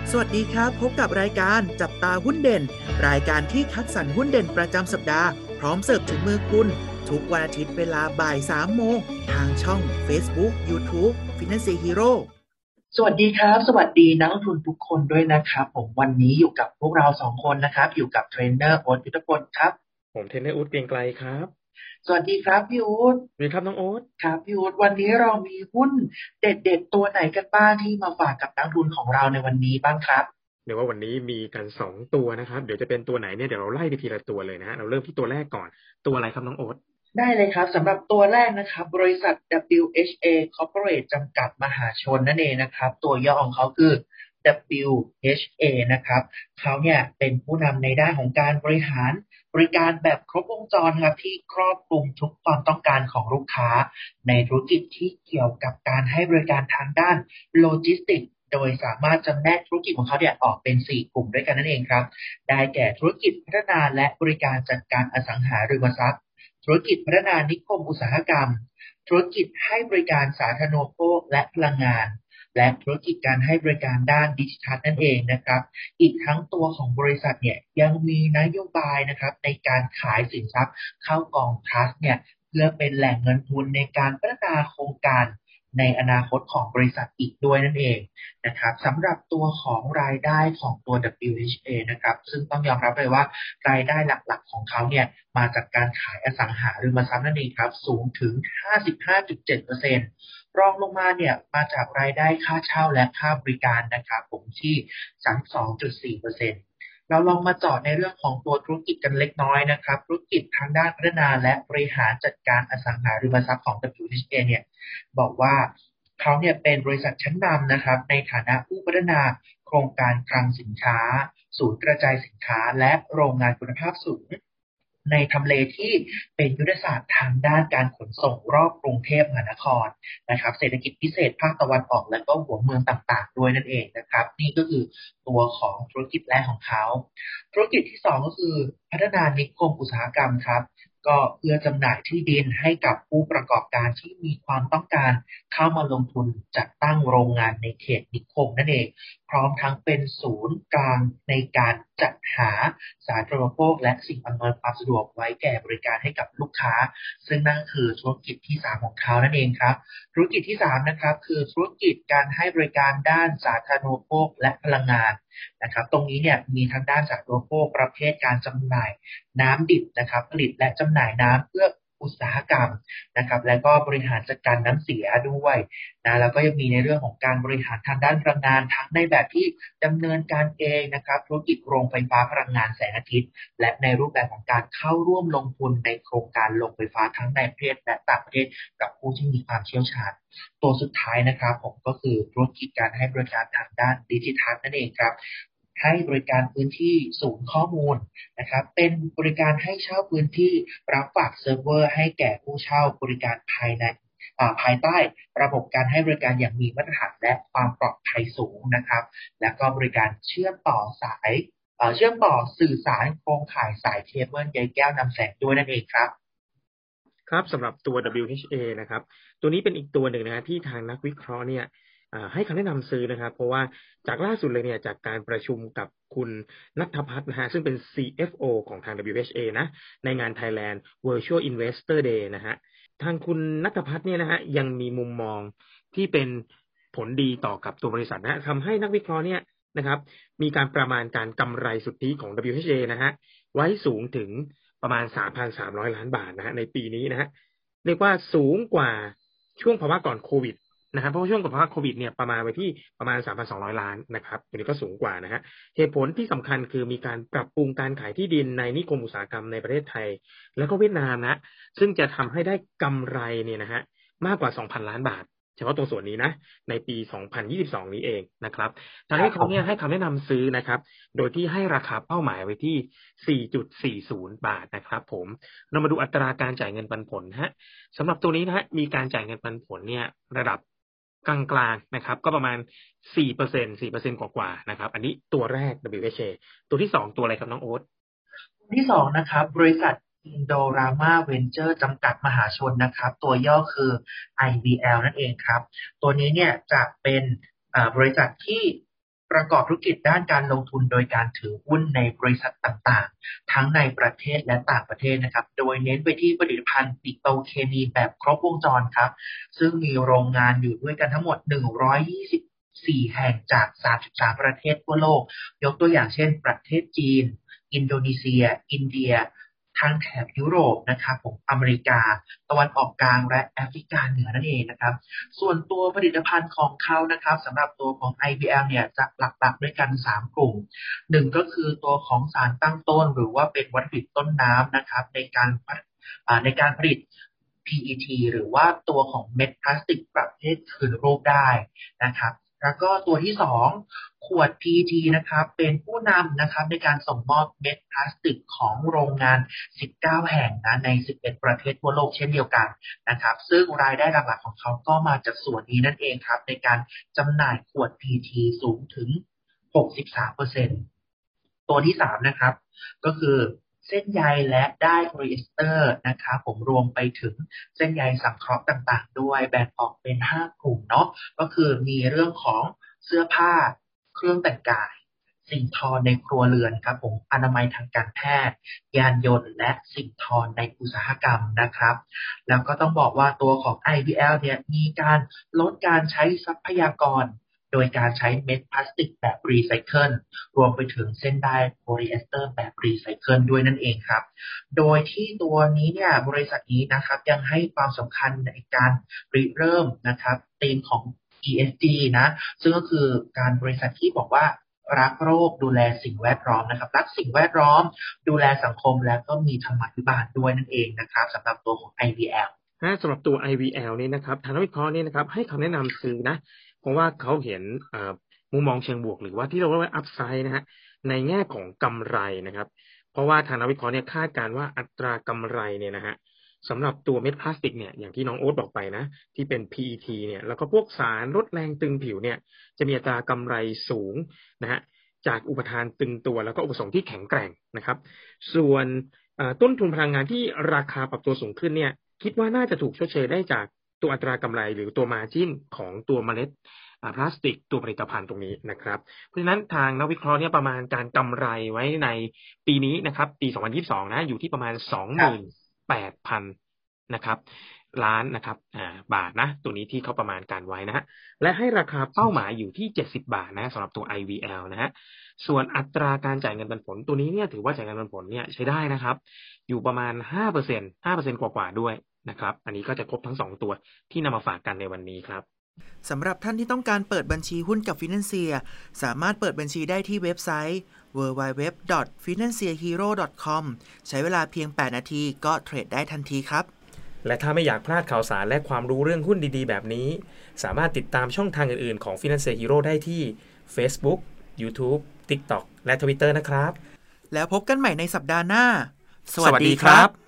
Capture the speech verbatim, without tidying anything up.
สวัสดีครับพบกับรายการจับตาหุ้นเด่นรายการที่คัดสรรหุ้นเด่นประจำสัปดาห์พร้อมเสิร์ฟถึงมือคุณทุกวันอาทิตย์เวลาบ่ายสามโมงทางช่อง Facebook YouTube Finance Hero สวัสดีครับสวัสดีนักลงทุนทุกคนด้วยนะครับผมวันนี้อยู่กับพวกเราสองคนนะครับอยู่กับเทรนเนอร์โอ๊ตยุทธพลครับผมเทรนเนอร์อุ๊ดเกรียงไกรครับสวัสดีครับพี่อุ๊ดสวัสดีครับน้องโอ๊ตครับพี่อุ๊ดวันนี้เรามีหุ้นเด็ดๆตัวไหนกันบ้างที่มาฝากกับนักลงทุนของเราในวันนี้บ้างครับเดี๋ยวว่าวันนี้มีกันสองตัวนะครับเดี๋ยวจะเป็นตัวไหนเนี่ยเดี๋ยวเราไล่ไปทีละตัวเลยนะฮะเราเริ่มที่ตัวแรกก่อนตัวอะไรครับน้องโอ๊ตได้เลยครับสำหรับตัวแรกนะครับบริษัท ดับเบิลยู เอช เอ Corporate จำกัดมหาชนนั่นเองนะครับตัวย่อของเขาคือ ดับเบิลยู เอช เอ นะครับเขาเนี่ยเป็นผู้นำในด้านของการบริหารบริการแบบครบวงจรครับที่ครอบคลุมทุกความต้องการของลูกค้าในธุรกิจที่เกี่ยวกับการให้บริการทางด้านโลจิสติกส์โดยสามารถจำแนกธุรกิจของเขาเนี่ยออกเป็นสี่กลุ่มด้วยกันนั่นเองครับได้แก่ธุรกิจพัฒนาและบริการจัดการอสังหาริมทรัพย์ธุรกิจพัฒนานิคมอุตสาหกรรมธุรกิจให้บริการสาธารณูปโภคและพลังงานและธุรกิจการให้บริการด้านดิจิทัลนั่นเองนะครับอีกทั้งตัวของบริษัทเนี่ยยังมีนโยบายนะครับในการขายสินทรัพย์เข้ากองทรัสต์เนี่ยเพื่อเป็นแหล่งเงินทุนในการพัฒนาโครงการในอนาคตของบริษัทอีกด้วยนั่นเองนะครับสำหรับตัวของรายได้ของตัว ดับเบิลยู เอช เอ นะครับซึ่งต้องยอมรับเลยว่ารายได้หลักๆของเขาเนี่ยมาจากการขายอสังหาริมทรัพย์นั่นเองครับสูงถึง ห้าสิบห้าจุดเจ็ดเปอร์เซ็นต์ รองลงมาเนี่ยมาจากรายได้ค่าเช่าและค่าบริการนะครับผมที่ สามสิบสองจุดสี่เปอร์เซ็นต์เราลองมาเจาะในเรื่องของตัวธุรกิจกันเล็กน้อยนะครับธุรกิจทางด้านพัฒนาและบริหารจัดการอสังหาริมทรัพย์ของ ดับเบิลยู เอช เอ เนี่ยบอกว่าเขาเนี่ยเป็นบริษัทชั้นนำนะครับในฐานะผู้พัฒนาโครงการคลังสินค้าศูนย์กระจายสินค้าและโรงงานคุณภาพสูงในทำเลที่เป็นยุทธศาสตร์ทางด้านการขนส่งรอบกรุงเทพมหานครนะครับเศรษฐกิจพิเศษภาคตะวันออกและก็หัวเมืองต่างๆด้วยนั่นเองนะครับนี่ก็คือตัวของธุรกิจแรกของเขาธุรกิจที่สองก็คือพัฒนานิคมอุตสาหกรรมครับก็เพื่อจำหน่ายที่ดินให้กับผู้ประกอบการที่มีความต้องการเข้ามาลงทุนจัดตั้งโรงงานในเขตนิคมนั่นเองพร้อมทั้งเป็นศูนย์กลางในการจัดหาสาธารณูปโภคและสิ่งอำนวยความสะดวกไว้แก่บริการให้กับลูกค้าซึ่งนั่นคือธุรกิจที่สามของเขานั่นเองครับธุรกิจที่สามนะครับคือธุรกิจการให้บริการด้านสาธารณูปโภคและพลังงานนะครับตรงนี้เนี่ยมีทั้งด้านสาธารณูปโภคประเภทการจำหน่ายน้ำดิบนะครับผลิตและจำหน่ายน้ำเพื่ออุตสาหกรรมนะครับและก็บริหารจัดการน้ำเสียด้วยนะแล้วก็ยังมีในเรื่องของการบริหารทางด้านพลังงานทั้งในแบบที่ดำเนินการเองนะครับธุรกิจโรงไฟฟ้าพลังงานแสงอาทิตย์และในรูปแบบของการเข้าร่วมลงทุนในโครงการโรงไฟฟ้าทั้งในประเทศและต่างประเทศกับผู้ที่มีความเชี่ยวชาญตัวสุดท้ายนะครับผมก็คือธุรกิจการให้บริการทางด้านดิจิทัลนั่นเองครับให้บริการพื้นที่ศูนย์ข้อมูลนะครับเป็นบริการให้เช่าพื้นที่รับฝากเซิร์ฟเวอร์ให้แก่ผู้เช่าบริการภายในภายใต้ระบบการให้บริการอย่างมีมาตรฐานและความปลอดภัยสูงนะครับและก็บริการเชื่อมต่อสายเชื่อมต่อสื่อสารโครงข่ายสายเคเบิลใยแก้วนำแสงด้วยนั่นเองครับครับสำหรับตัว ดับเบิลยู เอช เอ นะครับตัวนี้เป็นอีกตัวหนึ่งนะที่ทางนักวิเคราะห์เนี่ยให้คำแนะนำซื้อนะครับเพราะว่าจากล่าสุดเลยเนี่ยจากการประชุมกับคุณณัฐพัฒน์นะฮะซึ่งเป็น ซี เอฟ โอ ของทาง ดับเบิลยู เอช เอ นะในงาน Thailand Virtual Investor Day นะฮะทางคุณณัฐพัฒน์เนี่ยนะฮะยังมีมุมมองที่เป็นผลดีต่อกับตัวบริษัทนะทำให้นักวิเคราะห์เนี่ยนะครับมีการประมาณการกำไรสุทธิของ ดับเบิลยู เอช เอ นะฮะไว้สูงถึงประมาณ สามพันสามร้อย ล้านบาทนะฮะในปีนี้นะฮะเรียกว่าสูงกว่าช่วงภาวะก่อนโควิดนะครับเพราะว่าช่วงก่อนภาวะโควิดเนี่ยประมาณไปที่ประมาณ สามพันสองร้อย ล้านนะครับตัวนี้ก็สูงกว่านะฮะเหตุผลที่สำคัญคือมีการปรับปรุงการขายที่ดินในนิคมอุตสาหกรรมในประเทศไทยแล้วก็เวียดนามนะซึ่งจะทำให้ได้กำไรเนี่ยนะฮะมากกว่า สองพัน ล้านบาทเฉพาะตรงส่วนนี้นะในปีสองพันยี่สิบสองนี้เองนะครับทางนี้เขาเนี่ยให้คำแนะนำซื้อนะครับโดยที่ให้ราคาเป้าหมายไว้ที่ สี่จุดสี่ศูนย์ บาทนะครับผมเรามาดูอัตราการจ่ายเงินปันผลฮะสำหรับตัวนี้นะฮะมีการจ่ายเงินปันผลเนี่ยระดับกลางๆนะครับก็ประมาณ สี่เปอร์เซ็นต์ สี่เปอร์เซ็นต์ กว่าๆนะครับอันนี้ตัวแรก ดับเบิลยู เอช เอ ตัวที่สองตัวอะไรครับน้องโอ๊ตตัวที่สองนะครับบริษัท Indorama Venture จำกัดมหาชนนะครับตัวย่อคือ ไอ วี แอล นั่นเองครับตัวนี้เนี่ยจะเป็นบริษัทที่ประกอบธุรกิจด้านการลงทุนโดยการถือหุ้นในบริษัทต่างๆทั้งในประเทศและต่างประเทศนะครับโดยเน้นไปที่ผลิตภัณฑ์ปิโตรเคมีแบบครบวงจรครับซึ่งมีโรงงานอยู่ด้วยกันทั้งหมดหนึ่งร้อยยี่สิบสี่แห่งจากสามสิบสามประเทศทั่วโลกยกตัวอย่างเช่นประเทศจีนอินโดนีเซียอินเดียทางแถบยุโรปนะครับผมอเมริกาตะวันออกกลางและแอฟริกาเหนือนั่นเองนะครับส่วนตัวผลิตภัณฑ์ของเขานะครับสำหรับตัวของ ไอ บี แอล เนี่ยจะหลักๆด้วยกันสามกลุ่มหนึ่งก็คือตัวของสารตั้งต้นหรือว่าเป็นวัตถุดิบต้นน้ำนะครับในการในการผลิต พี อี ที หรือว่าตัวของเม็ดพลาสติกประเภทคืนรูปได้นะครับแล้วก็ตัวที่สองขวด พี อี ที นะครับเป็นผู้นำนะครับในการส่งมอบเม็ดพลาสติกของโรงงานสิบเก้าแห่งนะในสิบเอ็ดประเทศทั่วโลกเช่นเดียวกันนะครับซึ่งรายได้หลักๆของเขาก็มาจากส่วนนี้นั่นเองครับในการจำหน่ายขวด พี อี ที สูงถึง หกสิบสามเปอร์เซ็นต์ ตัวที่สามนะครับก็คือเส้นใยและด้ายโพลีเอสเตอร์นะครับผมรวมไปถึงเส้นใยสังเคราะห์ต่างๆด้วยแบ่งออกเป็นห้ากลุ่มเนาะก็คือมีเรื่องของเสื้อผ้าเครื่องแต่งกายสิ่งทอในครัวเรือนครับผมอนามัยทางการแพทย์ยานยนต์และสิ่งทอในอุตสาหกรรมนะครับแล้วก็ต้องบอกว่าตัวของ ไอ บี แอล เนี่ยมีการลดการใช้ทรัพยากรโดยการใช้เม็ดพลาสติกแบบรีไซเคิลรวมไปถึงเส้นด้ายโพลีเอสเตอร์แบบรีไซเคิลด้วยนั่นเองครับโดยที่ตัวนี้เนี่ยบริษัทนี้นะครับยังให้ความสำคัญในการริเริ่มนะครับธีมของ อี เอส จี นะซึ่งก็คือการบริษัทที่บอกว่ารักโรคดูแลสิ่งแวดล้อมนะครับรักสิ่งแวดล้อมดูแลสังคมและก็มีธรรมาภิบาลด้วยนั่นเองนะครับสำหรับตัวของ ไอ บี แอลสำหรับตัว ไอ บี แอล นี่นะครับทางนักวิเคราะห์นี่นะครับให้คำแนะนำซื้อนะเพราะว่าเขาเห็นมุมมองเชิงบวกหรือว่าที่เราเรียกว่าอัพไซด์นะฮะในแง่ของกำไรนะครับเพราะว่าทางนักวิเคราะห์เนี่ยคาดการณ์ว่าอัตรากำไรเนี่ยนะฮะสำหรับตัวเม็ดพลาสติกเนี่ยอย่างที่น้องโอ๊ตบอกไปนะที่เป็น พี อี ที เนี่ยแล้วก็พวกสารลดแรงตึงผิวเนี่ยจะมีอัตรากำไรสูงนะฮะจากอุปทานตึงตัวแล้วก็อุปสงค์ที่แข็งแกร่งนะครับส่วนต้นทุนพลังงานที่ราคาปรับตัวสูงขึ้นเนี่ยคิดว่าน่าจะถูกชดเชยได้จากตัวอัตรากำไรหรือตัวมาร์จิ้นของตัวเมล็ดพลาสติกตัวผลิตภัณฑ์ตรงนี้นะครับเพราะฉะนั้นทางนักวิเคราะห์เนี่ยประมาณการกำไรไว้ในปีนี้นะครับปีสองพันยี่สิบสองนะอยู่ที่ประมาณ สองหมื่นแปดพัน นะครับล้านนะครับอ่าบาทนะตัวนี้ที่เขาประมาณการไว้นะฮะและให้ราคาเป้าหมายอยู่ที่เจ็ดสิบบาทนะสำหรับตัว ไอ วี แอล นะฮะส่วนอัตราการจ่ายเงินปันผลตัวนี้เนี่ยถือว่าจ่ายเงินปันผลเนี่ยใช้ได้นะครับอยู่ประมาณ ห้าเปอร์เซ็นต์ ห้าเปอร์เซ็นต์ กว่าๆด้วยนะครับอันนี้ก็จะครบทั้งสองตัวที่นำมาฝากกันในวันนี้ครับสำหรับท่านที่ต้องการเปิดบัญชีหุ้นกับ Financier สามารถเปิดบัญชีได้ที่เว็บไซต์ ดับเบิลยู ดับเบิลยู ดับเบิลยู ดอท ฟินแลนเซียฮีโร่ ดอท คอม ใช้เวลาเพียงแปดนาทีก็เทรดได้ทันทีครับและถ้าไม่อยากพลาดข่าวสารและความรู้เรื่องหุ้นดีๆแบบนี้สามารถติดตามช่องทางอื่นๆของ Financier Hero ได้ที่ Facebook YouTube TikTok และ Twitter นะครับแล้วพบกันใหม่ในสัปดาห์หน้าสวัสดีครับ